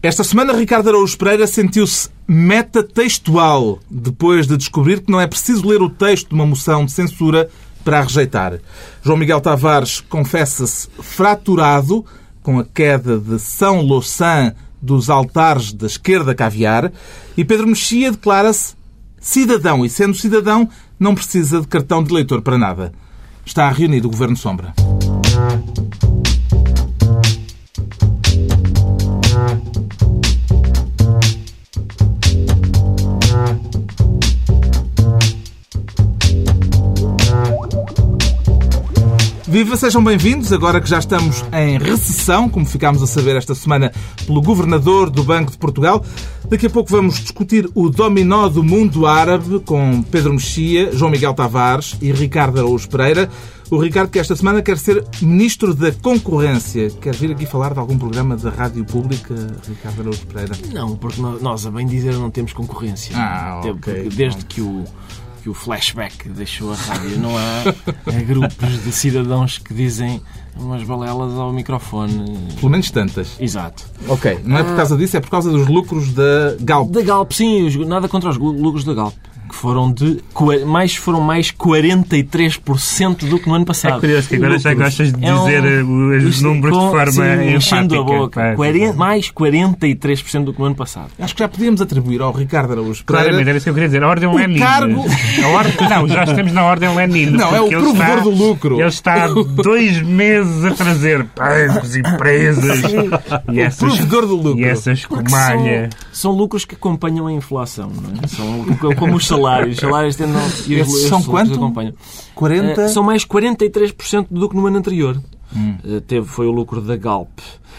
Esta semana, Ricardo Araújo Pereira sentiu-se metatextual depois de descobrir que não é preciso ler o texto de uma moção de censura para a rejeitar. João Miguel Tavares confessa-se fraturado com a queda de São Louçã dos altares da esquerda caviar e Pedro Mexia declara-se cidadão e, sendo cidadão, não precisa de cartão de eleitor para nada. Está reunido o Governo Sombra. Viva, sejam bem-vindos, agora que já estamos em recessão, como ficámos a saber esta semana pelo Governador do Banco de Portugal. Daqui a pouco vamos discutir o dominó do mundo árabe com Pedro Mexia, João Miguel Tavares e Ricardo Araújo Pereira. O Ricardo, que esta semana quer ser Ministro da Concorrência. Quer vir aqui falar de algum programa da Rádio Pública, Ricardo Araújo Pereira? Não, porque nós, a bem dizer, não temos concorrência. Ok. Desde que o Flashback deixou a rádio, não há grupos de cidadãos que dizem umas balelas ao microfone. Pelo menos tantas. Exato. Ok, não é por causa disso, é por causa dos lucros da Galp. Da Galp, sim, nada contra os lucros da Galp, que foram mais 43% do que no ano passado. É curioso que agora já gostas de dizer os números de forma enchendo enfática. a boca. Mais 43% do que no ano passado. Acho que já podíamos atribuir ao Ricardo Araújo Pereira... Claramente, era isso que eu queria dizer. A Ordem Lenin. Não, já estamos na Ordem Lenin. Não, é o provedor do lucro. Ele está há 2 meses a trazer bancos, empresas e essas, provedor do lucro. E essa escumalha. São lucros que acompanham a inflação, não é? São como os salários. Os salários tendem... São quanto? Acompanham. 40? São mais 43% do que no ano anterior. Foi o lucro da Galp.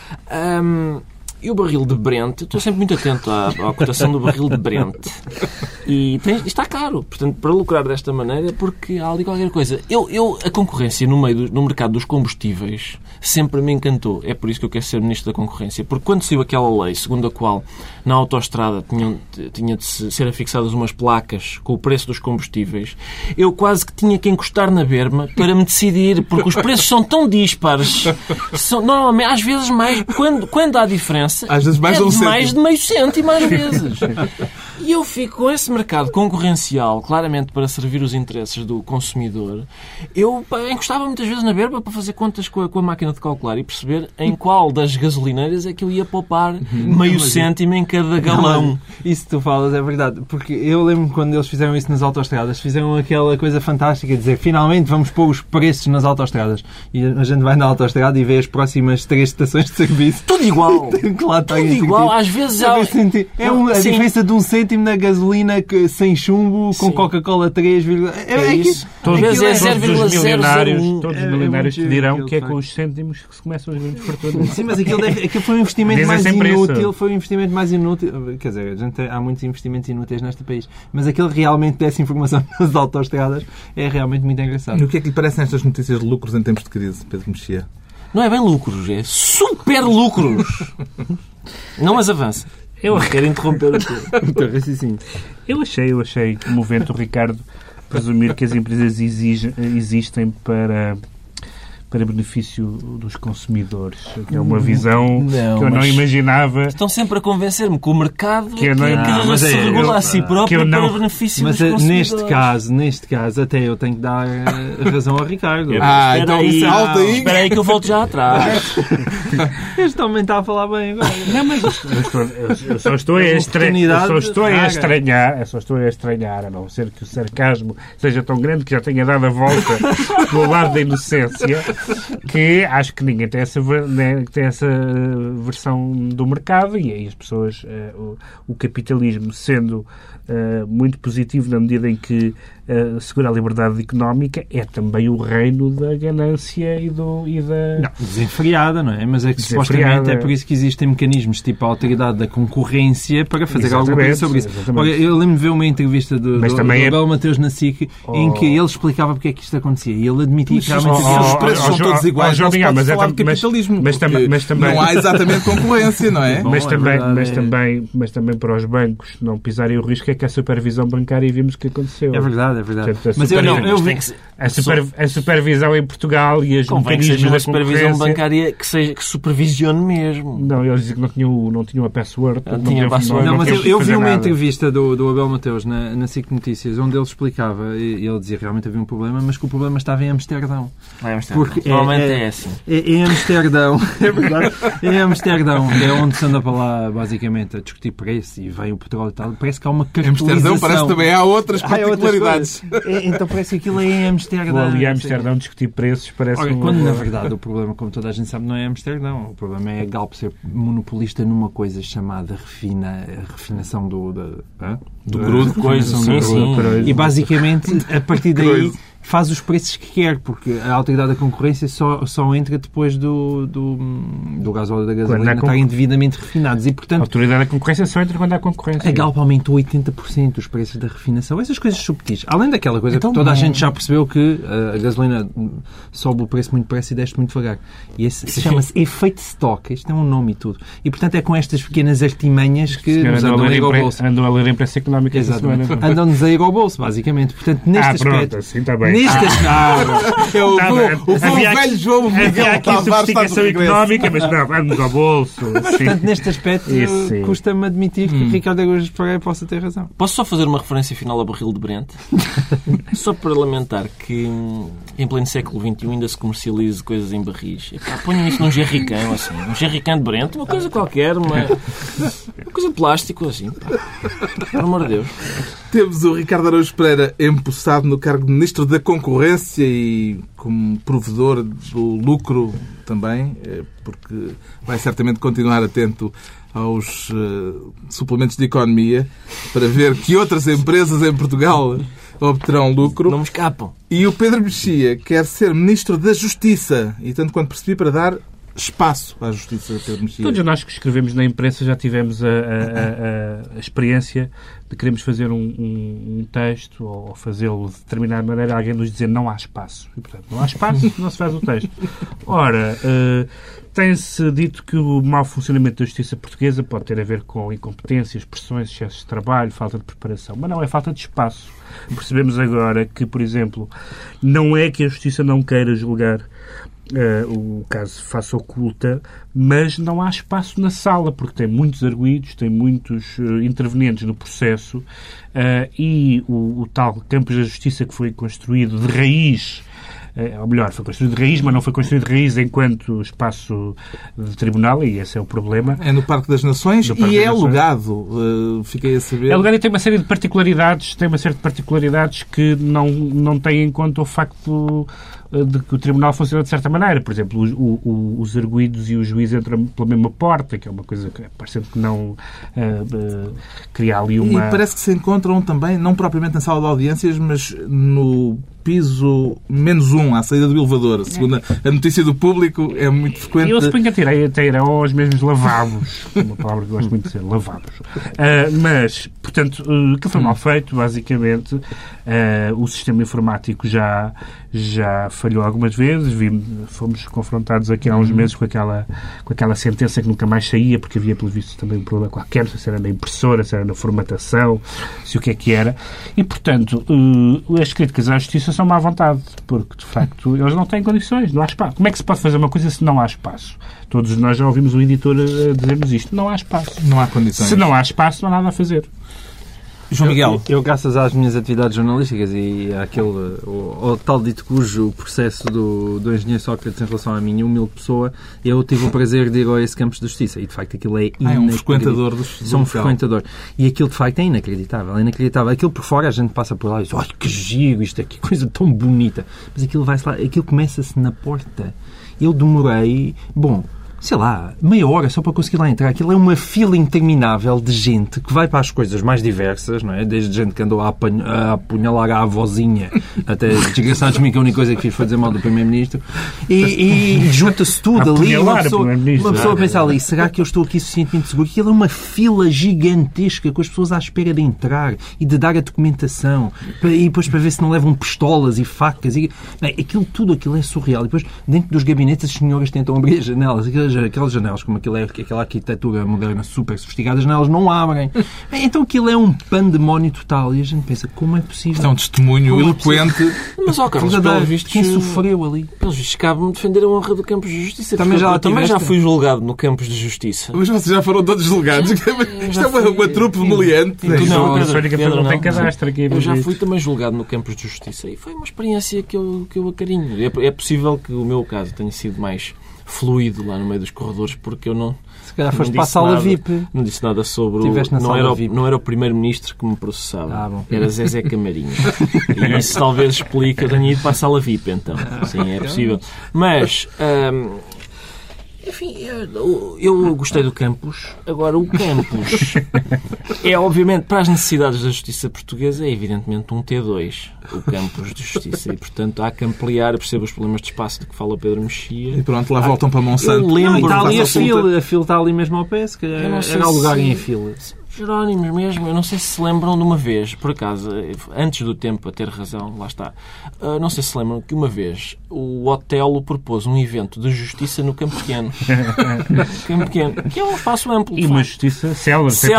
E o barril de Brent, estou sempre muito atento à cotação do barril de Brent. E está caro. Portanto, para lucrar desta maneira, porque há ali qualquer coisa. A concorrência no mercado dos combustíveis sempre me encantou. É por isso que eu quero ser Ministro da Concorrência. Porque quando saiu aquela lei, segundo a qual na autoestrada tinha de ser afixadas umas placas com o preço dos combustíveis, eu quase que tinha que encostar na berma para me decidir, porque os preços são tão dispares. Normalmente, às vezes mais, quando há diferença, às vezes mais de meio cêntimo às vezes. E eu fico com esse mercado concorrencial, claramente para servir os interesses do consumidor. Eu encostava muitas vezes na berma para fazer contas com a máquina de calcular e perceber em qual das gasolineiras é que eu ia poupar meio cêntimo em cada galão. Isso que tu falas é verdade, porque eu lembro quando eles fizeram isso nas autoestradas, fizeram aquela coisa fantástica de dizer, finalmente vamos pôr os preços nas autoestradas. E a gente vai na autoestrada e vê as próximas 3 estações de serviço. Tudo igual. Tudo igual. Às vezes há... a diferença de 1 cêntimo na gasolina sem chumbo, com Coca-Cola 3, é isso. Todos os milionários te dirão que é faz. Com os cêntimos que se começam as grandes fortunas. Sim, mas aquilo foi um investimento mais inútil. Foi um investimento mais inútil. Quer dizer, há muitos investimentos inúteis neste país. Mas aquele realmente dessa informação nas autoestradas é realmente muito engraçado. E o que é que lhe parecem estas notícias de lucros em tempos de crise, Pedro Mexia? Não é bem lucros, é super lucros. Não, mas avança. Eu quero interromper o teu. Eu achei comovente o Ricardo presumir que as empresas existem para benefício dos consumidores. É uma visão que eu não imaginava. Estão sempre a convencer-me que o mercado se regula a si próprio para benefício dos consumidores. Neste caso, até eu tenho que dar razão ao Ricardo. Espera aí que eu volto já atrás. Este homem está a falar bem agora. Não, mas eu só estou a estranhar, a não ser que o sarcasmo seja tão grande que já tenha dado a volta do lado da inocência, que acho que ninguém tem essa versão do mercado, e aí as pessoas, o capitalismo sendo muito positivo na medida em que segura a liberdade económica, é também o reino da ganância e da... Não, desenfreada, não é? Mas é que supostamente é por isso que existem mecanismos tipo a autoridade da concorrência para fazer alguma coisa sobre isso. Olha, eu lembro de ver uma entrevista do Abel Mateus na SIC em que ele explicava porque é que isto acontecia e ele admitia que realmente os preços são todos iguais, não se pode falar de capitalismo, não há exatamente concorrência, não é? Mas também para os bancos não pisarem o risco é que a supervisão bancária, e vimos o que aconteceu. É verdade, é verdade. Portanto, a supervisão em Portugal e as mecanismos da uma supervisão bancária que supervisione mesmo. Não, eles diziam que não tinham a password. Mas eu vi uma entrevista do Abel Mateus na SIC Notícias, onde ele explicava, e ele dizia que realmente havia um problema, mas que o problema estava em Amsterdão. Porque normalmente é assim. Em Amsterdão, é verdade. Em Amsterdão, é onde se anda para lá, basicamente, a discutir preço e vem o petróleo e tal. Parece que há uma caracterização. Em Amsterdão parece que também há outras particularidades. Então parece que aquilo é em Amsterdão. Ali em Amsterdão discutir preços parece quando na verdade o problema, como toda a gente sabe, não é Amsterdão. O problema é a Galp ser monopolista numa coisa chamada refinação do crudo, e basicamente a partir daí faz os preços que quer, porque a Autoridade da Concorrência só entra depois do gasóleo da gasolina estarem devidamente refinados. E, portanto, a Autoridade da Concorrência só entra quando há concorrência. A Galp aumentou 80% os preços da refinação. Essas coisas subtis. Além daquela coisa que toda a gente já percebeu que a gasolina sobe o preço muito depressa e desce muito devagar. E esse chama-se efeito stock. Isto é um nome e tudo. E, portanto, é com estas pequenas artimanhas que nos andam a ir ao bolso. Andam a ler a imprensa económica essa semana. Andam-nos a ir ao bolso, basicamente. Portanto, neste aspecto... Pronto, assim está bem. O velho João havia aqui sofisticação económica, mas não, vamos ao bolso. Portanto, neste aspecto, custa-me admitir que Ricardo Araújo Pereira possa ter razão. Posso só fazer uma referência final ao barril de Brent? Só para lamentar que em pleno século XXI ainda se comercialize coisas em barris. Ponham isso num jerrycan, assim. Um jerrycan de Brent, uma coisa qualquer, uma coisa de plástico, assim. Pelo amor de Deus. Temos o Ricardo Araújo Pereira empossado no cargo de Ministro da Concorrência e como provedor do lucro também, porque vai certamente continuar atento aos suplementos de economia para ver que outras empresas em Portugal obterão lucro. Não me escapam. E o Pedro Mexia quer ser Ministro da Justiça e, tanto quanto percebi, para dar espaço à Justiça. Pedro Mexia. Todos nós que escrevemos na imprensa já tivemos a experiência de queremos fazer um texto ou fazê-lo de determinada maneira, alguém nos dizer não há espaço. E, portanto, não há espaço, não se faz o texto. Ora, tem-se dito que o mau funcionamento da justiça portuguesa pode ter a ver com incompetências, pressões, excessos de trabalho, falta de preparação. Mas não, é falta de espaço. Percebemos agora que, por exemplo, não é que a justiça não queira julgar o caso face oculta, mas não há espaço na sala, porque tem muitos arguidos, tem muitos intervenientes no processo e o tal Campos da Justiça que foi construído de raiz, ou melhor, foi construído de raiz, mas não foi construído de raiz enquanto espaço de tribunal, e esse é o problema. É no Parque das Nações e é alugado, fiquei a saber. É alugado e tem uma série de particularidades, que não têm em conta o facto de que o tribunal funciona de certa maneira. Por exemplo, os arguidos e o juiz entram pela mesma porta, que é uma coisa que parece que não cria ali uma... E parece que se encontram também, não propriamente na sala de audiências, mas no piso -1, à saída do elevador. Segundo a notícia do Público, é muito frequente. Eu suponho que até irão aos mesmos lavabos. Uma palavra que eu gosto muito de dizer, lavabos. Mas, portanto, que foi mal feito, basicamente. O sistema informático já falhou algumas vezes. Fomos confrontados aqui há uns meses com aquela sentença que nunca mais saía, porque havia, pelo visto, também um problema qualquer, se era na impressora, se era na formatação, se o que era. E, portanto, as críticas à justiça são má vontade, porque, de facto, eles não têm condições, não há espaço. Como é que se pode fazer uma coisa se não há espaço? Todos nós já ouvimos o editor a dizer-nos isto. Não há espaço. Não há condições. Se não há espaço, não há nada a fazer. João Miguel. Eu, graças às minhas atividades jornalísticas e ao tal dito cujo processo do engenheiro Sócrates em relação a mim, humilde pessoa, eu tive o prazer de ir a esse Campos de Justiça. E, de facto, aquilo é inacreditável. É um frequentador do Sou um frequentador. E aquilo, de facto, é inacreditável. É inacreditável. Aquilo por fora, a gente passa por lá e diz, olha, que giro, isto aqui, coisa tão bonita. Mas aquilo vai-se lá, aquilo começa-se na porta. Eu demorei... Bom, sei lá, meia hora só para conseguir lá entrar. Aquilo é uma fila interminável de gente que vai para as coisas mais diversas, não é? Desde gente que andou a apunhalar a avózinha até desgraçados de mim, que a única coisa que fiz foi dizer mal do Primeiro-Ministro. E junta-se tudo ali. Uma pessoa pensa ali, será que eu estou aqui suficientemente seguro? Aquilo é uma fila gigantesca com as pessoas à espera de entrar e de dar a documentação e depois para ver se não levam pistolas e facas. Bem, aquilo é surreal. E depois, dentro dos gabinetes, as senhoras tentam abrir as janelas. Aquelas janelas, como aquela arquitetura moderna super sofisticada, as janelas não abrem. Bem, então aquilo é um pandemónio total. E a gente pensa, como é possível? Isto é um testemunho eloquente. Mas, Carlos, pelo visto, quem sofreu ali? Pelos vistos, cabe-me defender a honra do Campos de Justiça. Também já fui julgado no Campos de Justiça. Mas vocês já foram todos julgados. Isto é uma trupe humilhante. Pedro, não tem cadastro aqui. Eu já fui também julgado no Campos de Justiça e foi uma experiência que eu acarinho. É possível que o meu caso tenha sido mais fluido lá no meio dos corredores, porque eu não... Se calhar foste para a sala VIP. Não disse nada sobre não era o Primeiro-Ministro que me processava. Era Zezé Camarinha. E isso talvez explique que eu tenha ido para a sala VIP, então. Sim, é possível. Mas... enfim, eu gostei do Campos. Agora, o Campos é, obviamente, para as necessidades da justiça portuguesa, é evidentemente um T2, o Campos de Justiça. E, portanto, há que ampliar. Eu percebo os problemas de espaço de que fala Pedro Mexia. E pronto, lá voltam para Monsanto. Eu lembro, está ali a fila está ali mesmo ao pé, se calhar era alugarem a fila. Jerónimos mesmo, eu não sei se se lembram de uma vez, por acaso, antes do tempo a ter razão, lá está, não sei se se lembram que uma vez o Otelo propôs um evento de justiça no Campo Pequeno. Campo Pequeno, que é um espaço amplo. E uma justiça célere, sem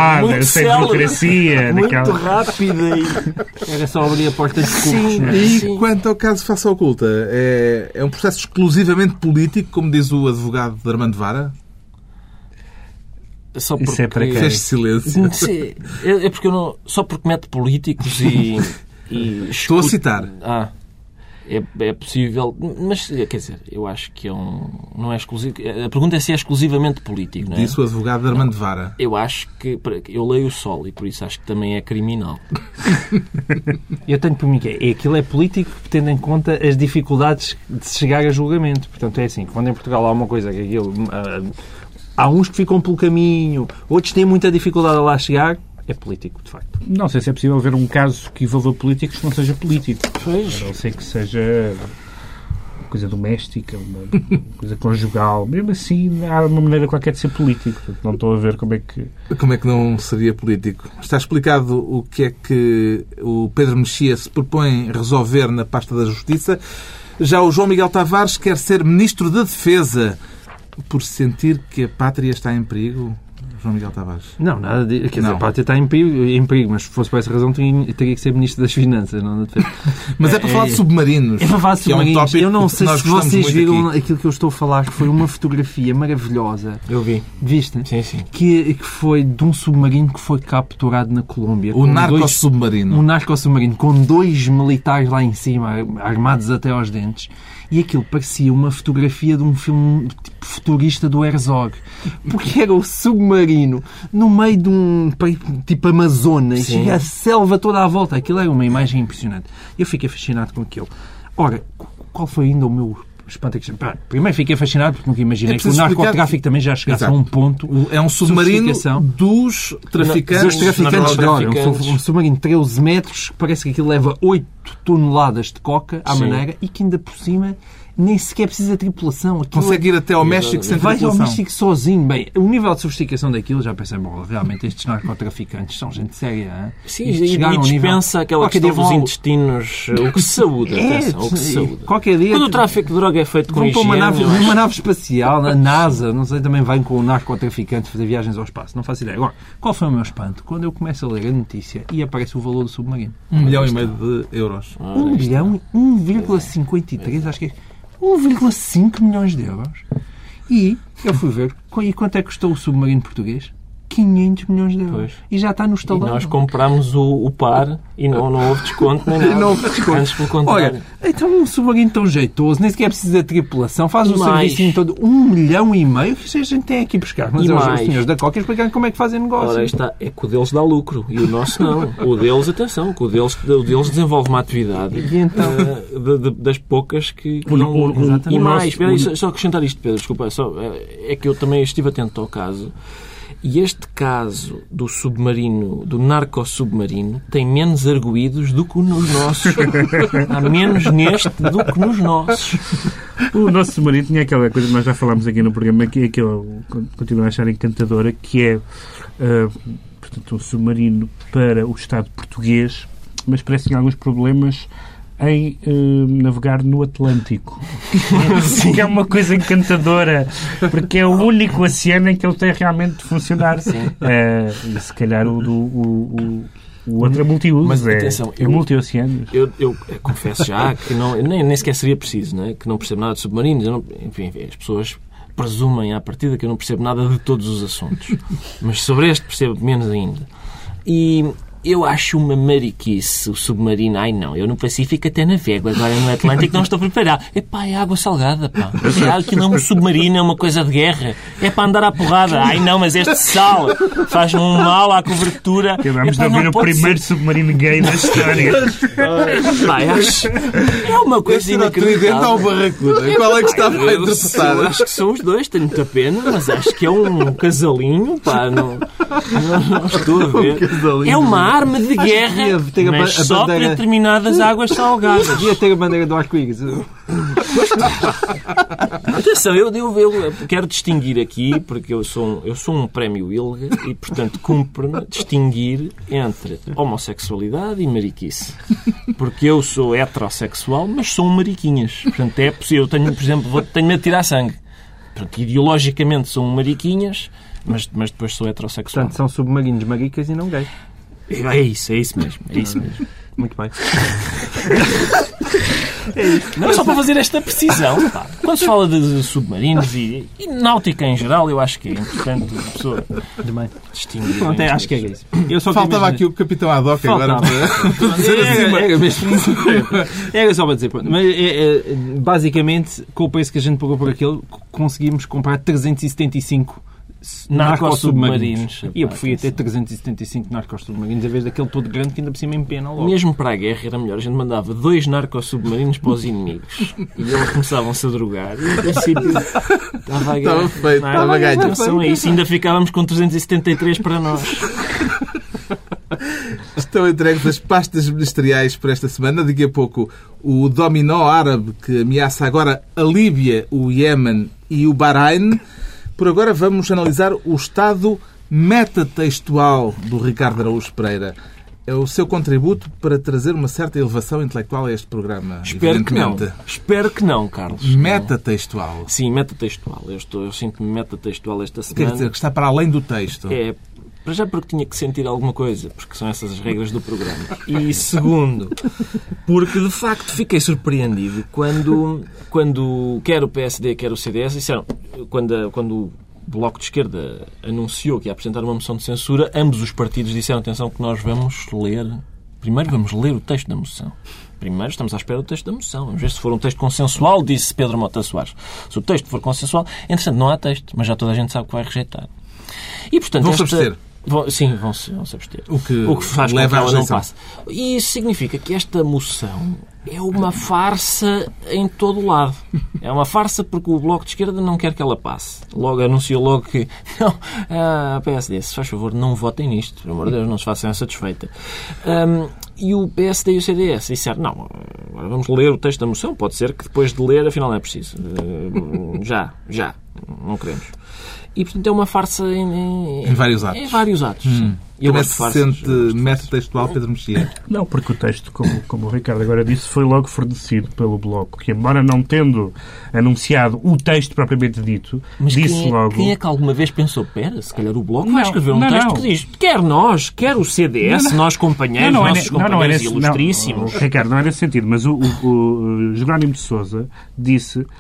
burocracia. Muito daquela... rápida. Era só abrir a porta de cubos. E quanto ao caso Face Oculta, é um processo exclusivamente político, como diz o advogado de Armando Vara? Só porque... Isso é para quem? Fez silêncio. É porque eu não... Só porque mete políticos e Estou a citar. É possível, mas quer dizer, eu acho que não é exclusivo. A pergunta é se é exclusivamente político, não é? Disse o advogado de Armando Vara. Eu acho que eu leio o Sol e por isso acho que também é criminal. Eu tenho por mim que aquilo é político tendo em conta as dificuldades de se chegar a julgamento. Portanto, é assim, quando em Portugal há uma coisa que aquilo... há uns que ficam pelo caminho, outros têm muita dificuldade a lá chegar. É político, de facto. Não sei se é possível ver um caso que envolva políticos que não seja político. Pois. A não ser que seja uma coisa doméstica, uma coisa conjugal. Mesmo assim, há uma maneira qualquer de ser político. Portanto, não estou a ver como é que... Como é que não seria político? Está explicado o que é que o Pedro Mexia se propõe resolver na pasta da Justiça. Já o João Miguel Tavares quer ser Ministro da Defesa por sentir que a pátria está em perigo. João Miguel Tavares. Não, nada de... Quer dizer, a pátria está em perigo, mas se fosse por essa razão teria que ser Ministro das Finanças, não da Defesa. Mas é para falar de submarinos. É para falar de submarinos. Eu não sei se vocês viram aqui. Aquilo que eu estou a falar, que foi uma fotografia maravilhosa. Eu vi. Viste? Sim. Que foi de um submarino que foi capturado na Colômbia. O narco-submarino. Um narco-submarino, com 2 militares lá em cima, armados até aos dentes. E aquilo parecia uma fotografia de um filme tipo futurista do Herzog. Porque era o submarino no meio de um tipo Amazonas. E a selva toda à volta. Aquilo era uma imagem impressionante. Eu fiquei fascinado com aquilo. Ora, qual foi ainda o meu espanto? Primeiro fiquei fascinado porque nunca imaginei que o narcotráfico também já chegasse a um ponto. É um submarino dos traficantes de droga. Um submarino de 13 metros, que parece que aquilo leva 8 toneladas de coca à maneira e que ainda por cima nem sequer precisa de tripulação. Consegue ir até ao México sem tripulação. Vai ao México sozinho. Bem, o nível de sofisticação daquilo, já pensei, bom, realmente estes narcotraficantes são gente séria. Hein? Sim, e dispensa aquela questão dos intestinos, o que se saúda. O que se saúda. Qualquer dia... Quando o tráfico de droga é feito com higiene... Uma nave espacial, a NASA, não sei, também vem com o narcotraficante fazer viagens ao espaço. Não faço ideia. Agora, qual foi o meu espanto? Quando eu começo a ler a notícia e aparece o valor do submarino. 1,5 milhão de euros. 1 milhão, 1,53, acho que é 1,5 milhões de euros. E eu fui ver, e quanto é que custou o submarino português? 500 milhões de euros. Pois. E já está no E estaleiro. nós comprámos o par e não houve desconto nem nada. Não houve desconto. Antes, pelo contrário. Olha, então um submarino tão jeitoso, nem sequer precisa da tripulação, faz o Mais. serviço todo, 1,5 milhão, que a gente tem aqui buscar. Mas E os mais. senhores da Coca explicam como é que fazem negócio. Ora, está, é que o deles dá lucro e o nosso não. O deles, atenção, que o deles desenvolve uma atividade E então? das poucas que O não... nosso- E mais, espera aí, só acrescentar isto, Pedro, desculpa, é que eu também estive atento ao caso. E este caso do submarino, do narco-submarino, tem menos arguídos do que nos nossos. Há menos neste do que nos nossos. O nosso submarino tinha aquela coisa que nós já falámos aqui no programa, que eu continuo a achar encantadora, que é, portanto, um submarino para o Estado português, mas parece que tem alguns problemas em navegar no Atlântico. Que é uma coisa encantadora, porque é o único oceano em que ele tem realmente de funcionar. E se calhar o outro é multiuso, Mas, atenção, é multi-oceanos. Eu confesso já que nem sequer seria preciso, não é? Que não percebo nada de submarinos. Enfim, as pessoas presumem à partida que eu não percebo nada de todos os assuntos. Mas sobre este percebo menos ainda. E eu acho uma mariquice o submarino. Ai não, eu no Pacífico até navego, agora no Atlântico não estou preparado. Epá, é água salgada, pá. Aquilo não é um submarino, é uma coisa de guerra. É para andar à porrada. Ai não, mas este sal faz um mal à cobertura. Acabamos de ouvir o primeiro submarino gay da história. Pá, é uma coisa Esse era o tridente ao Barracuda. Qual é que está bem Eu interpretado? acho que são os dois, tenho muita pena, mas acho que é um casalinho, pá, não estou a ver. É uma arma de guerra, devia ter mas a só para bandeira. determinadas águas salgadas. Devia ter a bandeira do arco-íris. Atenção, eu quero distinguir aqui, porque eu sou um prémio ILGA e, portanto, cumpre-me distinguir entre homossexualidade e mariquice. Porque eu sou heterossexual, mas sou um mariquinhas. Portanto, é possível. Tenho, por exemplo, tenho-me a tirar sangue. Portanto, ideologicamente sou um mariquinhas, mas depois sou heterossexual. Portanto, são submarinos maricas e não gays. É isso mesmo. Muito bem. Não é só para fazer esta precisão. Pá. Quando se fala de submarinos e náutica em geral, eu acho que é importante a pessoa distinguir. Pronto, acho que é isso. Eu só Faltava aqui o Capitão Haddock agora para dizer assim. Era mesmo. Era só para dizer. Pronto. Mas, basicamente, com o preço que a gente pagou por aquilo, conseguimos comprar 375 narco-submarinos. E eu preferia ter 375 narco-submarinos em vez daquele todo grande que ainda por cima empena logo. Mesmo para a guerra era melhor. A gente mandava 2 narco-submarinos para os inimigos. E eles começavam-se a drogar. E, no princípio, estava a guerra. Estava feito, Não é? estava a ganho. Atenção a isso. Ainda ficávamos com 373 para nós. Estão entregues as pastas ministeriais para esta semana. Daqui a pouco o dominó árabe que ameaça agora a Líbia, o Iémen e o Bahrein. Por agora vamos analisar o estado metatextual do Ricardo Araújo Pereira. É o seu contributo para trazer uma certa elevação intelectual a este programa. Espero que não. Espero que não, Carlos. Metatextual. Sim, metatextual. Eu sinto-me metatextual esta Quer semana. dizer que está para além do texto. É, para já porque tinha que sentir alguma coisa, porque são essas as regras do programa. E segundo, porque de facto fiquei surpreendido quando quer o PSD, quer o CDS, disseram, quando o Bloco de Esquerda anunciou que ia apresentar uma moção de censura, ambos os partidos disseram, atenção, que nós vamos ler... Primeiro vamos ler o texto da moção. Primeiro estamos à espera do texto da moção. Vamos ver se for um texto consensual, disse Pedro Mota Soares. Se o texto for consensual, entretanto, não há texto, mas já toda a gente sabe que vai rejeitar. E, portanto, Vão-se abster. Sim, vão-se abster. O que faz leva com que à ela não rejeição. passe. E isso significa que esta moção é uma farsa em todo o lado. É uma farsa porque o Bloco de Esquerda não quer que ela passe. Anunciou logo que não, a PSD, se faz favor, não votem nisto. Pelo amor de Deus, não se façam essa desfeita. E o PSD e o CDS disseram, não, agora vamos ler o texto da moção. Pode ser que depois de ler, afinal não é preciso. Já, não queremos. E, portanto, é uma farsa em vários atos. Em vários atos, sim. Eu Também gosto de se farsas. sente metatextual, Pedro Mexia? Não, porque o texto, como o Ricardo agora disse, foi logo fornecido pelo Bloco, que embora não tendo anunciado o texto propriamente dito, Mas disse logo... quem é que alguma vez pensou, pera, se calhar o Bloco Não, vai escrever um não, texto não. que diz, quer nós, quer o CDS, nós companheiros, nossos companheiros ilustríssimos. Ricardo, não é nesse sentido, mas o Jerónimo de Sousa disse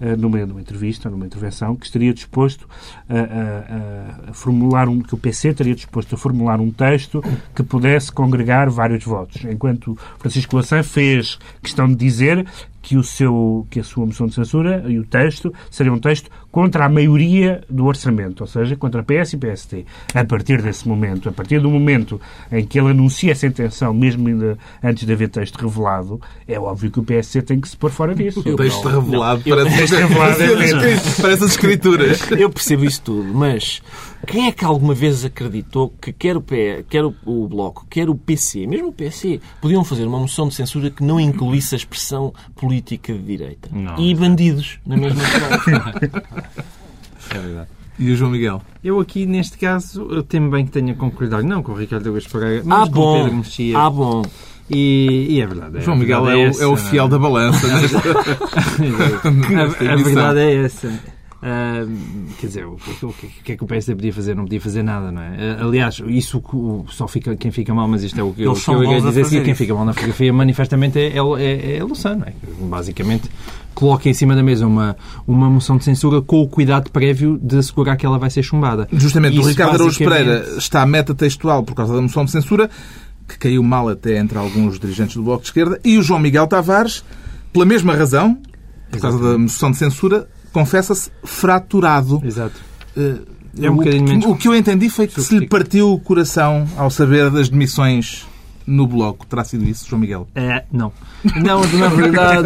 numa entrevista, numa intervenção, que estaria disposto a formular que o PC estaria disposto a formular um texto que pudesse congregar vários votos, enquanto Francisco Louçã fez questão de dizer que a sua moção de censura e o texto seria um texto contra a maioria do orçamento, ou seja, contra PS e PST. A partir desse momento, a partir do momento em que ele anuncia essa intenção, mesmo ainda antes de haver texto revelado, é óbvio que o PST tem que se pôr fora disso. O texto revelado parece as escrituras. Eu percebo isso tudo, mas quem é que alguma vez acreditou que quer o Bloco, quer o PC, mesmo o PC, podiam fazer uma moção de censura que não incluísse a expressão política de direita? Não. E bandidos, na mesma frase. É verdade. E o João Miguel? Eu aqui, neste caso, eu temo bem que tenha concordado, não com o Ricardo Araújo Pereira, mas com o Pedro Mexia. Bom. E é verdade. João Miguel é o fiel da balança. A verdade é essa. Quer dizer, o que é que o PSD podia fazer? Não podia fazer nada, não é? Aliás, isso só fica quem fica mal, mas isto é o que eu ia dizer aqui. Quem fica mal na fotografia, manifestamente, é a Louçã, não é? Basicamente, coloca em cima da mesa uma moção de censura com o cuidado prévio de assegurar que ela vai ser chumbada. Justamente, Isso, o Ricardo Araújo basicamente... Pereira está metatextual por causa da moção de censura, que caiu mal até entre alguns dirigentes do Bloco de Esquerda, e o João Miguel Tavares, pela mesma razão, por causa da moção de censura, confessa-se fraturado. Exato. O que eu entendi foi que se lhe partiu o coração ao saber das demissões no Bloco. Terá sido isso, João Miguel? Não. Não, na verdade,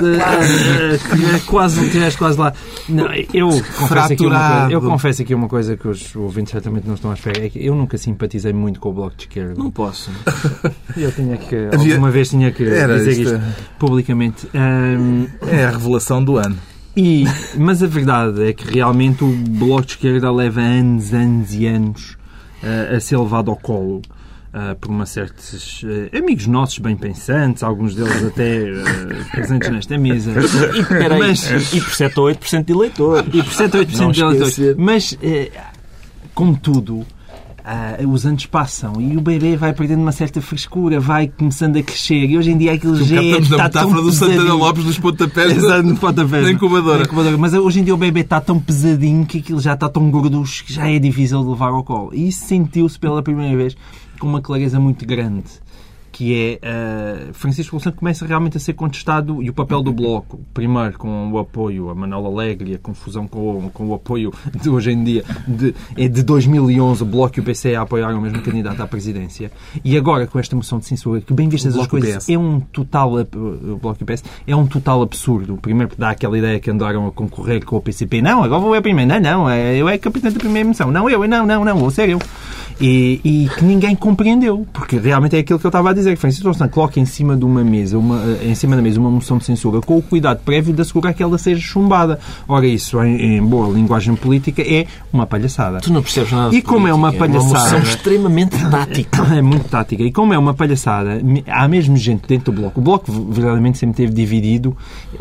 estiveste quase lá. Não, eu confesso aqui uma coisa que os ouvintes certamente não estão à espera. É que eu nunca simpatizei muito com o Bloco de Esquerda. Não posso. Eu alguma vez tinha que dizer isto publicamente. É a revelação do ano. Mas a verdade é que realmente o Bloco de Esquerda leva anos e anos a ser levado ao colo por uma certos amigos nossos bem pensantes, alguns deles até presentes nesta mesa. E por 7 ou 8% de eleitores. E por 7 ou 8% de eleitores. Mas, como tudo, os anos passam e o bebê vai perdendo uma certa frescura, vai começando a crescer e hoje em dia aquele jeito está tão do Santana Lopes dos pontapés na incubadora. Mas hoje em dia o bebê está tão pesadinho que aquilo já está tão gorducho que já é difícil de levar ao colo. E isso sentiu-se pela primeira vez com uma clareza muito grande, que é Francisco Louçã começa realmente a ser contestado, e o papel do Bloco, primeiro com o apoio a Manuel Alegre e a confusão com o apoio de hoje em dia, de 2011, o Bloco e o PC a apoiaram o mesmo candidato à presidência, e agora com esta moção de censura, que bem vistas as coisas, é um total, o Bloco e o PS, é um total absurdo. Primeiro dá aquela ideia que andaram a concorrer com o PCP, não, agora vou eu primeiro, eu é capitão da primeira moção, não, vou ser eu. E que ninguém compreendeu, porque realmente é aquilo que eu estava a dizer, que Francisco Louçã coloca em cima de uma mesa, em cima da mesa, uma moção de censura com o cuidado prévio de assegurar que ela seja chumbada. Ora, isso, em boa linguagem política, é uma palhaçada. Tu não percebes nada de política. E como é uma palhaçada... É uma moção extremamente tática. É muito tática. E como é uma palhaçada, há mesmo gente dentro do Bloco. O Bloco, verdadeiramente, sempre esteve dividido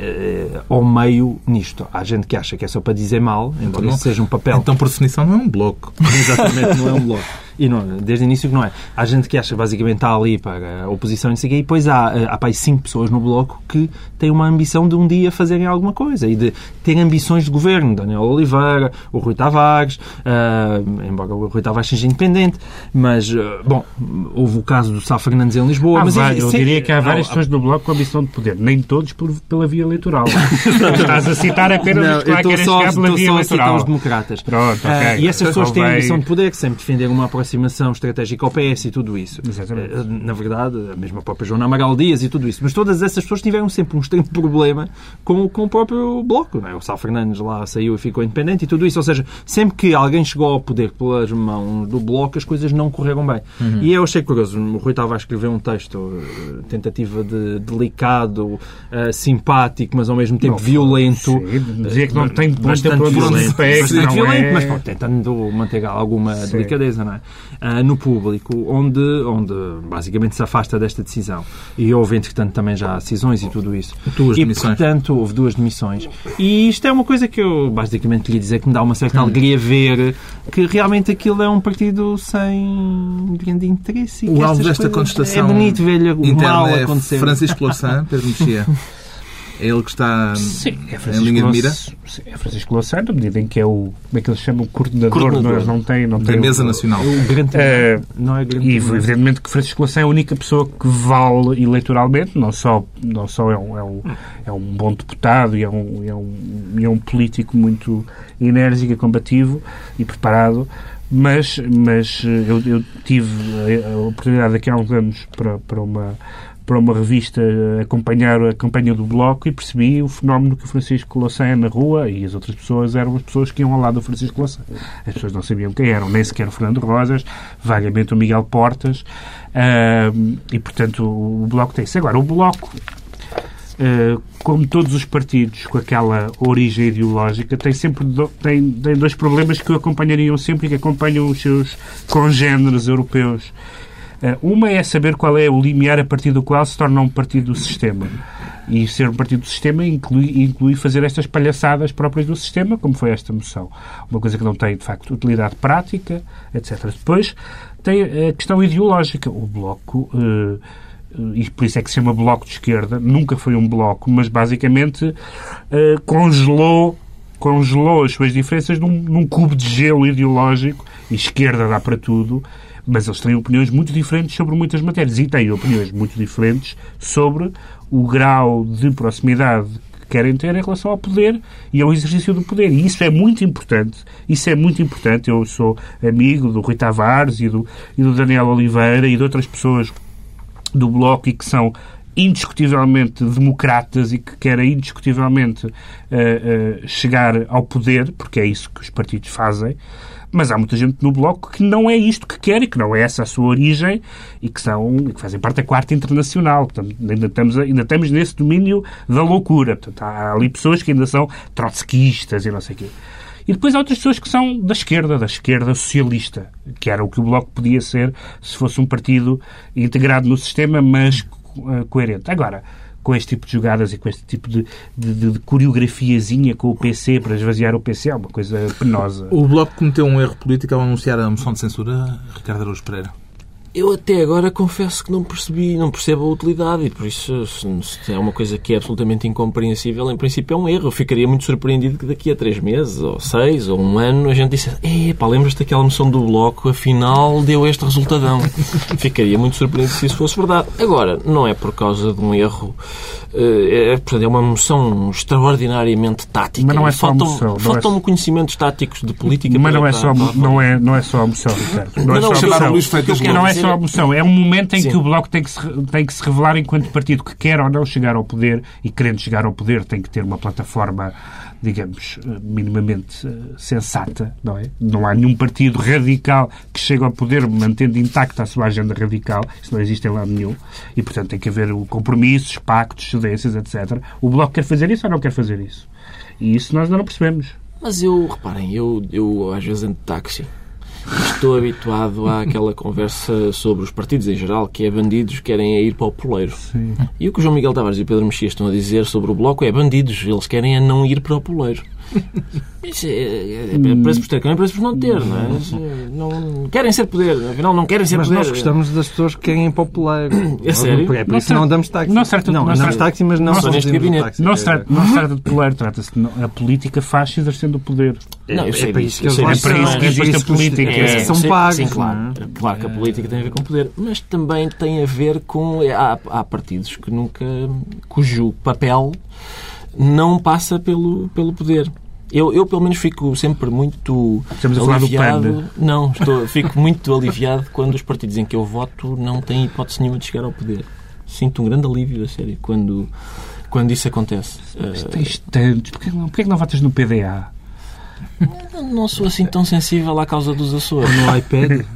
ao meio nisto. Há gente que acha que é só para dizer mal, embora isso seja um papel. Então, por definição, não é um bloco. Exatamente, não é um bloco. E não, desde o início que não é. Há gente que acha basicamente está ali para a oposição e e depois há 5 pessoas no Bloco que têm uma ambição de um dia fazerem alguma coisa e de ter ambições de governo. Daniel Oliveira, o Rui Tavares, embora o Rui Tavares seja independente, mas, houve o caso do Sá Fernandes em Lisboa. Eu diria que há várias pessoas no Bloco com ambição de poder, nem todos pela via eleitoral. Estás a citar apenas os que lá querem chegar pela via eleitoral. Estou só a citar os democratas. Pronto, okay. E essas pessoas têm ambição de poder, que sempre defenderam uma aproximação estratégica ao PS e tudo isso. Exatamente. Na verdade, a mesma própria Joana Amaral Dias e tudo isso. Mas todas essas pessoas tiveram sempre um extremo problema com o próprio Bloco. Não é? O Sá Fernandes lá saiu e ficou independente e tudo isso. Ou seja, sempre que alguém chegou ao poder pelas mãos do Bloco, as coisas não correram bem. Uhum. E eu achei curioso. O Rui Tavares escreveu um texto, tentativa de delicado, simpático, mas ao mesmo tempo violento. Sim, dizia que não tem bastante violento. Bastante violento, mas tentando manter alguma delicadeza, não é? No público, onde basicamente se afasta desta decisão. E houve, entretanto, também já decisões e tudo isso. Portanto, houve 2 demissões. E isto é uma coisa que eu basicamente queria dizer que me dá uma certa alegria ver que realmente aquilo é um partido sem grande interesse. O alvo desta contestação é bonito ver o mal acontecer. Francisco Louçã, Pedro Mexia. É ele que está Sim, em linha de mira? É Francisco Louçã, na medida em que é o, como é que eles chamam, o coordenador. Não tem da Mesa Nacional. Não é grande. E evidentemente que Francisco Louçã é a única pessoa que vale eleitoralmente, não só é um bom deputado e é um político muito enérgico e combativo e preparado, mas eu tive a oportunidade daqui a uns anos para uma revista acompanhar a campanha do Bloco e percebi o fenómeno que o Francisco Louçã é na rua, e as outras pessoas eram as pessoas que iam ao lado do Francisco Louçã. As pessoas não sabiam quem eram, nem sequer o Fernando Rosas, vagamente o Miguel Portas, e portanto o Bloco tem isso. Agora, o Bloco, como todos os partidos com aquela origem ideológica, tem sempre tem dois problemas que o acompanhariam sempre e que acompanham os seus congêneres europeus. Uma é saber qual é o limiar a partir do qual se torna um partido do sistema. E ser um partido do sistema inclui fazer estas palhaçadas próprias do sistema, como foi esta moção. Uma coisa que não tem, de facto, utilidade prática, etc. Depois tem a questão ideológica. O Bloco, e por isso é que se chama Bloco de Esquerda, nunca foi um bloco, mas basicamente congelou as suas diferenças num cubo de gelo ideológico, e esquerda dá para tudo. Mas eles têm opiniões muito diferentes sobre muitas matérias e têm opiniões muito diferentes sobre o grau de proximidade que querem ter em relação ao poder e ao exercício do poder. E isso é muito importante. Eu sou amigo do Rui Tavares e do Daniel Oliveira e de outras pessoas do Bloco e que são indiscutivelmente democratas e que querem indiscutivelmente chegar ao poder, porque é isso que os partidos fazem. Mas há muita gente no Bloco que não é isto que quer e que não é essa a sua origem e que fazem parte da Quarta Internacional. Portanto, ainda estamos nesse domínio da loucura. Portanto, há ali pessoas que ainda são trotskistas e não sei o quê. E depois há outras pessoas que são da esquerda socialista, que era o que o Bloco podia ser se fosse um partido integrado no sistema, mas coerente. Agora, com este tipo de jogadas e com este tipo de coreografiazinha com o PC para esvaziar o PC, é uma coisa penosa. O Bloco cometeu um erro político ao anunciar a moção de censura, Ricardo Araújo Pereira? Eu até agora confesso que não percebo a utilidade e por isso se é uma coisa que é absolutamente incompreensível, em princípio é um erro. Eu ficaria muito surpreendido que daqui a 3 meses, ou 6, ou 1 ano, a gente dissesse lembras-te daquela moção do Bloco, afinal deu este resultadão. Ficaria muito surpreendido se isso fosse verdade. Agora, não é por causa de um erro, é uma moção extraordinariamente tática. Mas não é só a moção. Faltam-me conhecimentos táticos de política. Mas não é só a moção, Ricardo. Não é só a moção. É um momento em que o Bloco tem que se revelar enquanto partido que quer ou não chegar ao poder e, querendo chegar ao poder, tem que ter uma plataforma, digamos, minimamente sensata, não é? Não há nenhum partido radical que chegue ao poder mantendo intacta a sua agenda radical. Isso não existe em lado nenhum. E, portanto, tem que haver compromissos, pactos, cedências, etc. O Bloco quer fazer isso ou não quer fazer isso? E isso nós ainda não percebemos. Mas reparem, eu às vezes ando de táxi. Estou habituado àquela conversa sobre os partidos em geral, que é bandidos querem ir para o poleiro. Sim. E o que o João Miguel Tavares e o Pedro Mexia estão a dizer sobre o Bloco é bandidos, eles querem não ir para o poleiro. Isso é preço por ter, que não é preço por não ter, não é? Não querem ser poder, afinal não querem ser mas poder. Mas nós gostamos das pessoas que querem ir para o poleiro. É sério? É por isso que não andamos táxi. Não andamos táxi, mas não somos neste gabinete. Não se trata de poleiro, trata-se de a política faz-se exercendo o poder. Não, eu sei disso. É para isso que existe a política. São pagos. Sim, claro que a política tem a ver com poder, mas também tem a ver com... Há partidos cujo papel não passa pelo poder. Eu, pelo menos, fico sempre muito aliviado. Fico muito aliviado quando os partidos em que eu voto não têm hipótese nenhuma de chegar ao poder. Sinto um grande alívio, a sério, quando isso acontece. Mas tens tantos. Porquê que não votas no PDA? Não sou assim tão sensível à causa dos Açores. No iPad?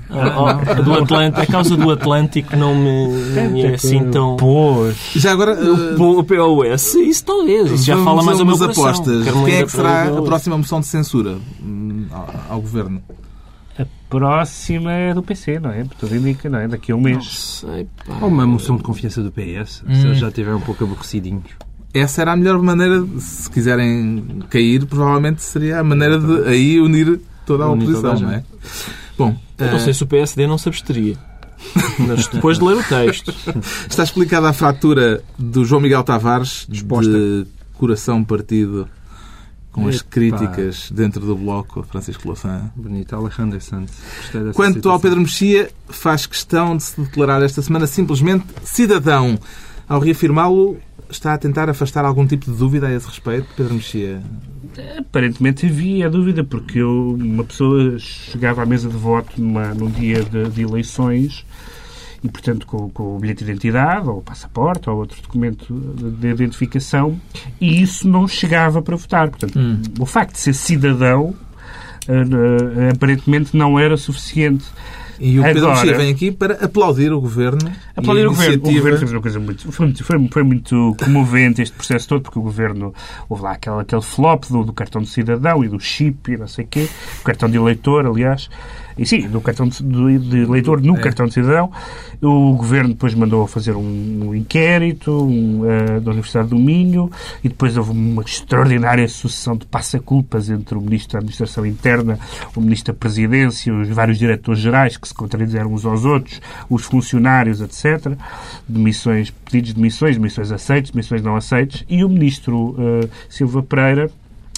A causa do Atlântico não me é assim tão... Pois. Já agora... O POS, isso talvez. Isso já fala mais ao meu coração. Apostas. Quem é que será a próxima moção de censura ao Governo? A próxima é do PC, não é? Tudo indica, não é? Daqui a um mês. Não sei, pá. Ou uma moção de confiança do PS, se eles já estiverem um pouco aborrecidinhos. Essa era a melhor maneira, se quiserem cair, provavelmente seria a maneira de aí unir toda a oposição, não é? Bom, eu não sei se o PSD não se absteria. Mas depois de ler o texto. Está explicada a fratura do João Miguel Tavares de coração partido com as críticas dentro do Bloco a Francisco Louçã. Bonito, Alejandro Santos. Quanto ao Pedro Mexia, faz questão de se declarar esta semana simplesmente cidadão. Ao reafirmá-lo, está a tentar afastar algum tipo de dúvida a esse respeito, Pedro Mexia? Aparentemente havia dúvida, porque uma pessoa chegava à mesa de voto num dia de eleições e, portanto, com o bilhete de identidade, ou o passaporte, ou outro documento de identificação, e isso não chegava para votar. Portanto, o facto de ser cidadão aparentemente não era suficiente. E o Pedro Mexia vem aqui para aplaudir o Governo. Aplaudir o Governo fez uma coisa muito... Foi muito comovente este processo todo, porque o Governo... Houve lá aquele flop do cartão de cidadão e do chip e não sei o quê. O cartão de eleitor, aliás. E sim, do cartão de eleitor no cartão de cidadão. O Governo depois mandou fazer um inquérito da Universidade do Minho e depois houve uma extraordinária sucessão de passa-culpas entre o Ministro da Administração Interna, o Ministro da Presidência, os vários diretores-gerais que se contradizeram uns aos outros, os funcionários, etc. Demissões, pedidos de demissões aceites, demissões não aceites. E o Ministro Silva Pereira...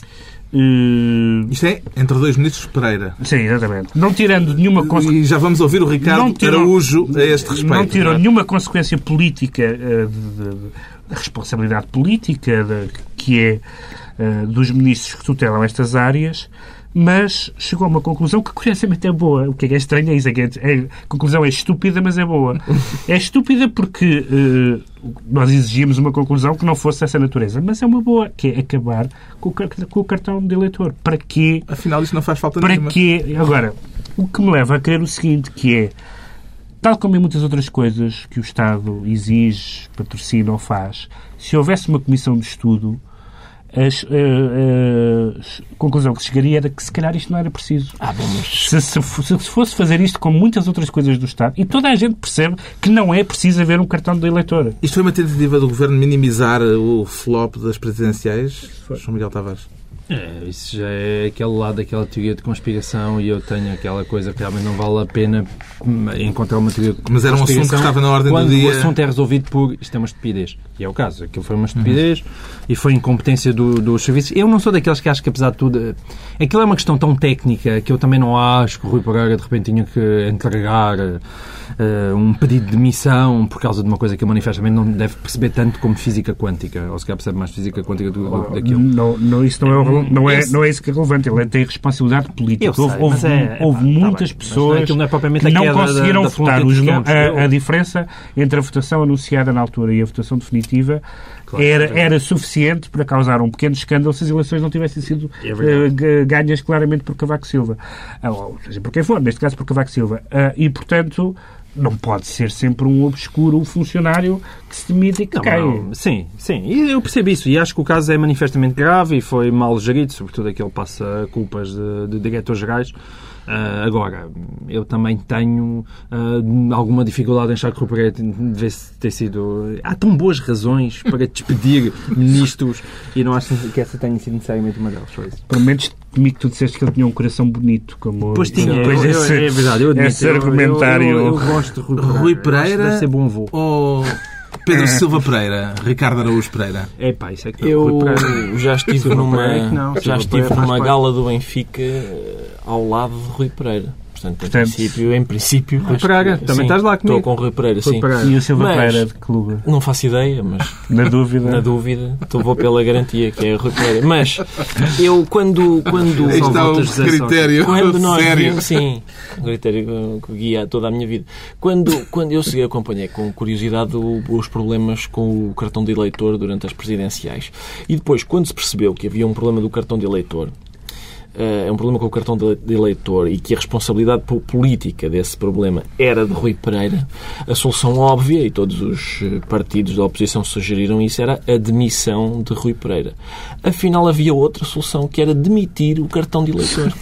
Isto é entre dois ministros Pereira. Sim, exatamente. Não tirando nenhuma E já vamos ouvir o Ricardo Araújo a este respeito. Não tirou nenhuma consequência política de responsabilidade política que é dos ministros que tutelam estas áreas, mas chegou a uma conclusão que, curiosamente, é boa. O que é estranho é isso. A conclusão é estúpida, mas é boa. É estúpida porque nós exigíamos uma conclusão que não fosse dessa natureza. Mas é uma boa, que é acabar com o cartão de eleitor. Para quê? Afinal, isto não faz falta nenhuma. Para quê? Agora, o que me leva a crer o seguinte, que é, tal como em muitas outras coisas que o Estado exige, patrocina ou faz, se houvesse uma comissão de estudo, a conclusão que se chegaria era que se calhar isto não era preciso. Se fosse fazer isto com muitas outras coisas do Estado, e toda a gente percebe que não é preciso haver um cartão de eleitor. Isto foi uma tentativa do Governo minimizar o flop das presidenciais, João Miguel Tavares? Isso já é aquele lado daquela teoria de conspiração, e eu tenho aquela coisa que realmente não vale a pena encontrar uma teoria de conspiração. Mas era um assunto que estava na ordem do dia. O assunto é resolvido por isto é uma estupidez. E é o caso. Aquilo foi uma estupidez e foi incompetência dos serviços. Eu não sou daqueles que acho que, apesar de tudo, aquilo é uma questão tão técnica que eu também não acho que o Rui Pereira de repente tinha que entregar um pedido de demissão por causa de uma coisa que ele manifestamente não deve perceber tanto como física quântica. Ou se calhar percebe mais física quântica do que daquilo. Isso não é isso que é relevante. Ele tem responsabilidade política. Houve muitas pessoas que não conseguiram votar. A diferença entre a votação anunciada na altura e a votação definitiva era suficiente para causar um pequeno escândalo se as eleições não tivessem sido ganhas claramente por Cavaco Silva. Ou seja, por quem for, neste caso por Cavaco Silva. E, portanto, não pode ser sempre um obscuro funcionário que se demite e que cai. Sim. E eu percebo isso. E acho que o caso é manifestamente grave e foi mal gerido, sobretudo aquele passa culpas de diretores-gerais. Agora, eu também tenho alguma dificuldade em achar que o Rui Pereira devesse ter sido... Há tão boas razões para despedir ministros e não acho que essa tenha sido necessariamente uma delas. Pelo menos comigo tu disseste que ele tinha um coração bonito. Como pois tinha, é verdade. Eu admito, esse argumentário... Eu gosto de Rui Pereira. Deve ser bom voo. Ou Pedro Silva Pereira, Ricardo Araújo Pereira. Isso é que eu já estive numa gala do Benfica ao lado de Rui Pereira. Portanto, em princípio Rui Pereira, também estás lá comigo. Estou com o Rui Pereira, sim. E o Silva Pereira de que clube? Não faço ideia, mas na dúvida, vou pela garantia que é Rui Pereira. Mas eu quando está o critério sério. Sim, o critério que guia toda a minha vida. Quando eu segui, acompanhei com curiosidade os problemas com o cartão de eleitor durante as presidenciais. E depois, quando se percebeu que havia um problema do cartão de eleitor, é um problema com o cartão de eleitor e que a responsabilidade política desse problema era de Rui Pereira, a solução óbvia, e todos os partidos da oposição sugeriram isso, era a demissão de Rui Pereira. Afinal, havia outra solução, que era demitir o cartão de eleitor.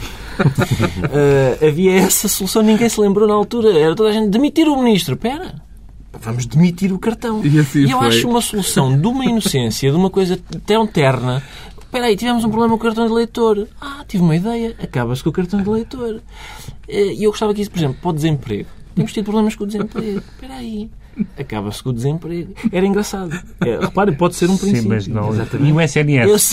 Havia essa solução, ninguém se lembrou na altura. Era toda a gente demitir o ministro. Espera, vamos demitir o cartão. E eu acho uma solução de uma inocência, de uma coisa tão terna. Espera aí, tivemos um problema com o cartão de eleitor. Tive uma ideia. Acaba-se com o cartão de eleitor. E eu gostava que isso, por exemplo, para o desemprego, temos tido problemas com o desemprego. Espera aí. Acaba-se com o desemprego. Era engraçado. Repare, pode ser um princípio. Sim, mas não. Exatamente. E o SNS?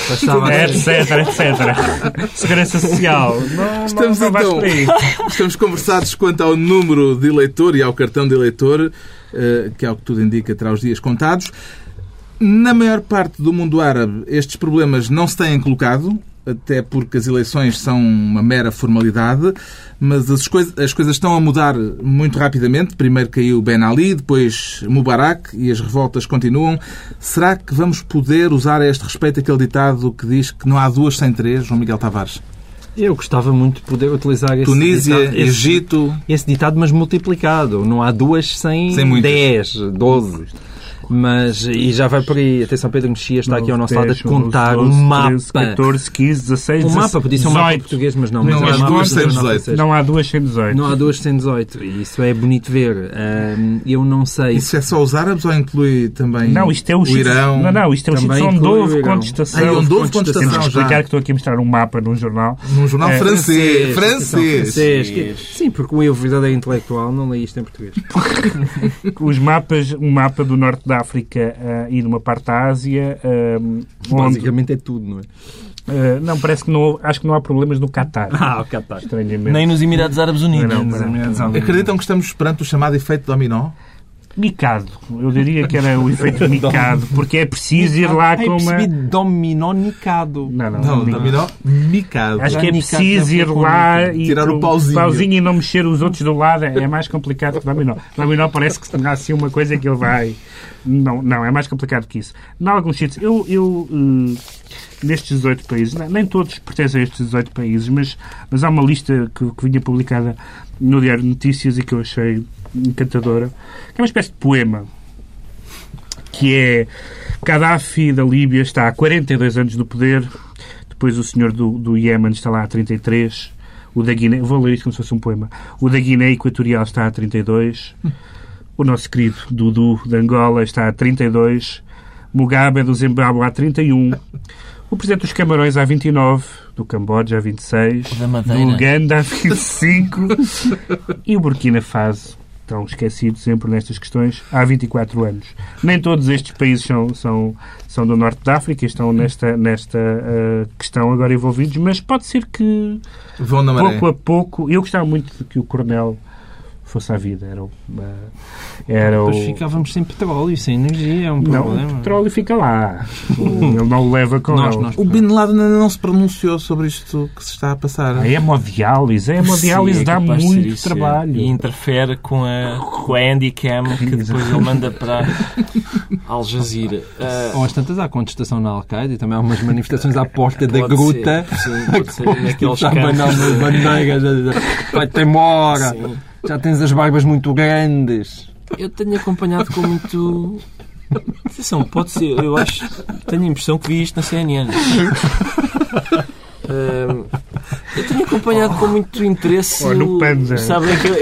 etc. Segurança Social. Estamos não vais por aí. Estamos conversados quanto ao número de eleitor e ao cartão de eleitor, que, ao que tudo indica, terá os dias contados. Na maior parte do mundo árabe, estes problemas não se têm colocado, até porque as eleições são uma mera formalidade, mas as coisas estão a mudar muito rapidamente. Primeiro caiu Ben Ali, depois Mubarak, e as revoltas continuam. Será que vamos poder usar a este respeito aquele ditado que diz que não há duas sem três, João Miguel Tavares? Eu gostava muito de poder utilizar esse Tunísia, ditado, Egito... esse ditado, mas multiplicado. Não há duas sem 10, 12. Mas, e já vai por aí. Atenção, Pedro Mexia está aqui ao nosso lado a contar um mapa. 13, 14, 15, 16, 17, mapa, podia ser um mapa português, mas não. Não há duas sem 18. Não há duas sem 18. Não há duas sem 18. E isso é bonito ver. Eu não sei. Isso é só os árabes ou inclui também não, isto é o Irão? Não, isto é o sítio onde houve contestação. Onde houve contestação Temos que explicar já. que estou aqui a mostrar um mapa num jornal. Num jornal francês. Sim, porque eu, verdadeiro intelectual, não leio isto em português. Os mapas, um mapa do norte da África e de uma parte da Ásia. Basicamente é tudo, não é? Não, parece que não, acho que não há problemas no Catar. O Catar. Estranhamente. Nem nos Emirados Árabes Unidos. Não. Acreditam que estamos perante o chamado efeito dominó? Micado. Eu diria que era o efeito micado, porque é preciso ir lá com uma... dominó nicado. Não, dominó micado. Acho que é preciso ir lá e tirar o pauzinho e não mexer os outros do lado. É mais complicado que o dominó. O dominó parece que será assim uma coisa que ele vai... Não, é mais complicado que isso. Em alguns sítios, eu nestes 18 países, nem todos pertencem a estes 18 países, mas há uma lista que vinha publicada no Diário de Notícias e que eu achei encantadora, que é uma espécie de poema, que é: Gaddafi da Líbia está há 42 anos no poder, depois o senhor do Iémen está lá há 33, o da Guiné, vou ler isto como se fosse um poema, o da Guiné Equatorial está há 32, o nosso querido Dudu de Angola está há 32, Mugabe do Zimbábue há 31, o presidente dos Camarões há 29, do Camboja há 26, do Uganda há 25 e o Burkina Faso, tão esquecido sempre nestas questões, há 24 anos. Nem todos estes países são do norte da África e estão nesta questão agora envolvidos, mas pode ser que vão na maré. Pouco a pouco... Eu gostava muito de que o coronel fosse à vida. Depois ficávamos sem petróleo, sem energia, é um problema. Não, o petróleo fica lá. Ele não o leva com ele. O Bin Laden ainda não se pronunciou sobre isto que se está a passar. A hemodiálise. A hemodiálise dá muito trabalho. E interfere com a Handycam que depois ele manda para Al Jazeera. Ou às tantas há contestação na Al-Qaeda e também há umas manifestações à porta da gruta. Pode ser naqueles campos. Vai-te embora. Sim. Já tens as barbas muito grandes. Eu tenho acompanhado com muito... Atenção, pode ser... Eu acho... Tenho a impressão que vi isto na CNN. Eu tenho acompanhado com muito interesse... no Panda. Sabem que...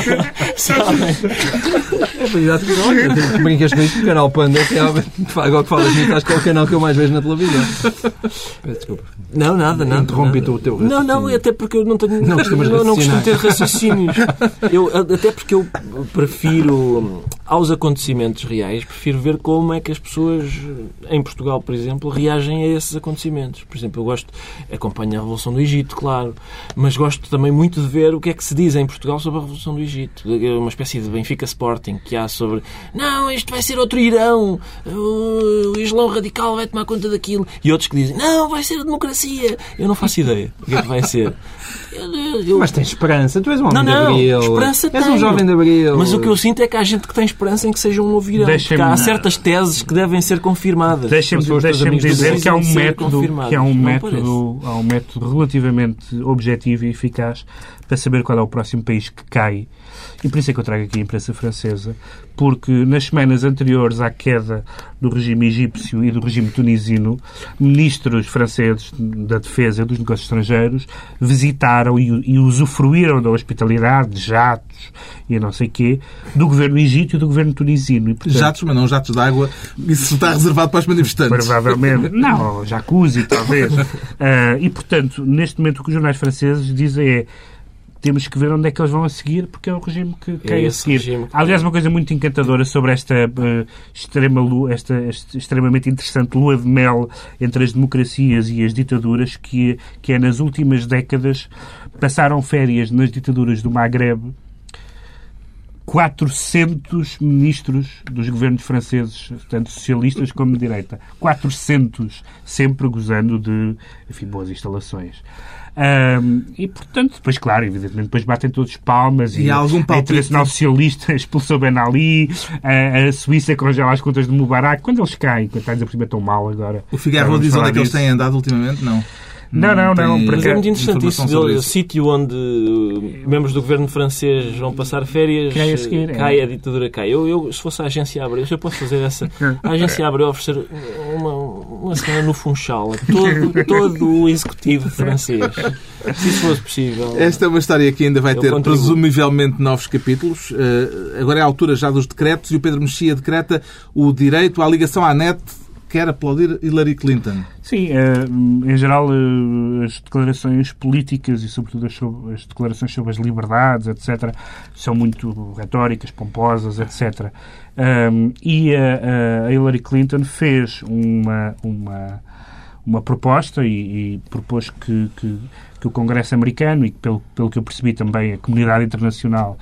Brincas com isto, o canal Panda, agora que falas nisso, acho que é o canal que eu mais vejo na televisão. Desculpa. Não, nada. Interrompi o teu raciocínio. Não, até porque eu não tenho... Não costumo ter raciocínios. Até porque eu prefiro, aos acontecimentos reais, prefiro ver como é que as pessoas, em Portugal, por exemplo, reagem a esses acontecimentos. Por exemplo, eu gosto... Acompanho a Revolução do Egito, claro, mas gosto também muito de ver o que é que se diz em Portugal sobre a Revolução do Egito. Uma espécie de Benfica Sporting que há sobre não, isto vai ser outro Irão, o Islão radical vai tomar conta daquilo. E outros que dizem, não, vai ser a democracia. Eu não faço ideia o que é que vai ser. Mas tens esperança, tu és um homem de Abril. Esperança és um jovem de Abril. Mas o que eu sinto é que há gente que tem esperança em que seja um novo Irão. Porque há certas teses que devem ser confirmadas. Deixem-me dizer que há um método relativamente objetivo e eficaz para saber qual é o próximo país que cai. E por isso é que eu trago aqui a imprensa francesa, porque nas semanas anteriores à queda do regime egípcio e do regime tunisino, ministros franceses da defesa e dos negócios estrangeiros visitaram e usufruíram da hospitalidade de jatos e não sei quê, do governo egípcio e do governo tunisino. E, portanto, jatos, mas não jatos de água. Isso está reservado para os manifestantes. Provavelmente. Não, jacuzzi, talvez. E, portanto, neste momento o que os jornais franceses dizem é temos que ver onde é que eles vão a seguir, porque é o regime que cai a seguir. Regime. Aliás, uma coisa muito encantadora sobre esta extremamente interessante lua de mel entre as democracias e as ditaduras, que é nas últimas décadas passaram férias nas ditaduras do Maghreb 400 ministros dos governos franceses, tanto socialistas como de direita. 400, sempre gozando de, enfim, boas instalações. E, portanto, depois, claro, evidentemente, depois batem todos palmas e algum a Internacional Socialista expulsou Ben Ali, a Suíça congela as contas de Mubarak, quando eles caem, coitados, a primeira tão mal agora. O Figueiredo diz onde é que eles têm andado ultimamente? Não. Não. Mas é muito interessante isso, o sítio onde membros do governo francês vão passar férias, cai a seguir, a ditadura cai. Eu, se fosse a agência Abreu, eu posso fazer essa. A agência Abreu oferecer uma semana no Funchal a todo o executivo francês. Se isso fosse possível. Esta é uma história que ainda vai ter, presumivelmente, novos capítulos. Agora é a altura já dos decretos e o Pedro Mexia decreta o direito à ligação à net. Quer aplaudir Hillary Clinton. Sim, em geral, as declarações políticas e, sobretudo, as declarações sobre as liberdades, etc., são muito retóricas, pomposas, etc. E a Hillary Clinton fez uma proposta e propôs que o Congresso americano e, pelo que eu percebi também, a comunidade internacional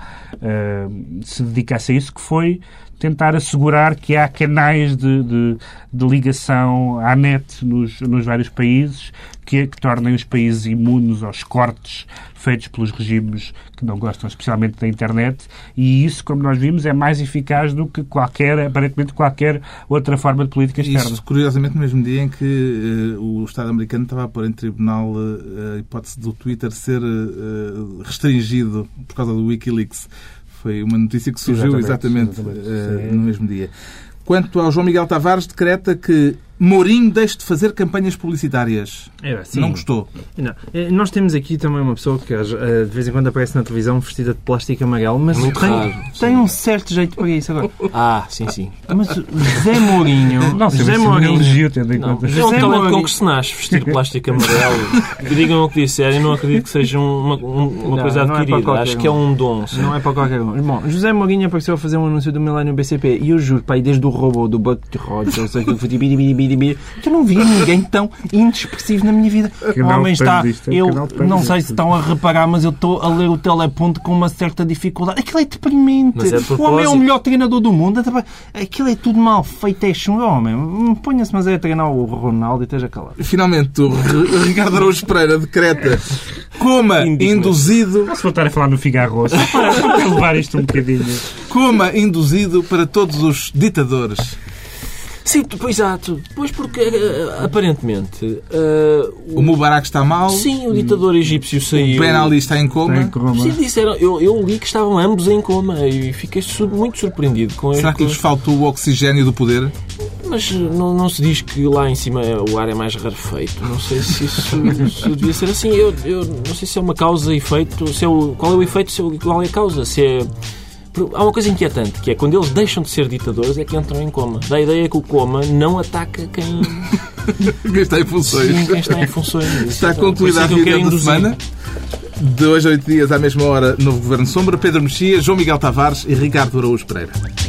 se dedicasse a isso, que foi tentar assegurar que há canais de ligação à net nos vários países que tornem os países imunes aos cortes feitos pelos regimes que não gostam especialmente da internet, e isso, como nós vimos, é mais eficaz do que aparentemente qualquer outra forma de política externa. Isso, curiosamente, no mesmo dia em que o Estado americano estava a pôr em tribunal a hipótese do Twitter ser restringido por causa do Wikileaks. Foi uma notícia que surgiu exatamente. No mesmo dia. Quanto ao João Miguel Tavares, decreta que Mourinho deixe de fazer campanhas publicitárias. Não gostou. Não. Nós temos aqui também uma pessoa que de vez em quando aparece na televisão vestida de plástico amarelo, mas tem um certo jeito para isso agora. Sim. Mas José Mourinho... José Mourinho... elogio, tendo em conta. É um talento com que se nasce, vestir de plástico amarelo. Digam o que disserem, não acredito que seja uma coisa adquirida. Acho que é um dom. Não é para qualquer um. Bom, José Mourinho apareceu a fazer um anúncio do Millennium BCP e eu juro, desde o robô do Buck Rogers, eu não vi ninguém tão inexpressivo na minha vida. O homem está... Eu não sei se estão a reparar, mas eu estou a ler o teleponto com uma certa dificuldade. Aquilo é deprimente. O homem é o melhor treinador do mundo. Aquilo é tudo mal feito. É chungo. Homem, ponha-se, mas é a treinar o Ronaldo e esteja calado. Finalmente, o Ricardo Araújo Pereira decreta coma induzido... Posso voltar a falar no Figaro? Para levar isto um bocadinho. Coma induzido para todos os ditadores. Sim, exato. Pois porque, aparentemente... o Mubarak está mal. Sim, o ditador egípcio saiu. O Ben Ali está em coma. Sim, disseram, eu li que estavam ambos em coma e fiquei muito surpreendido com Será que lhes faltou o oxigênio do poder? Mas não se diz que lá em cima o ar é mais rarefeito. Não sei se isso devia ser assim. Eu não sei se é uma causa e efeito. Qual é o efeito, qual é a causa. Há uma coisa inquietante, que é quando eles deixam de ser ditadores é que entram em coma. Dá a ideia que o coma não ataca quem está em funções. Sim, quem está em funções. Está concluída a vida da semana. De hoje a 8 dias, à mesma hora, novo Governo Sombra. Pedro Mexia, João Miguel Tavares e Ricardo Araújo Pereira.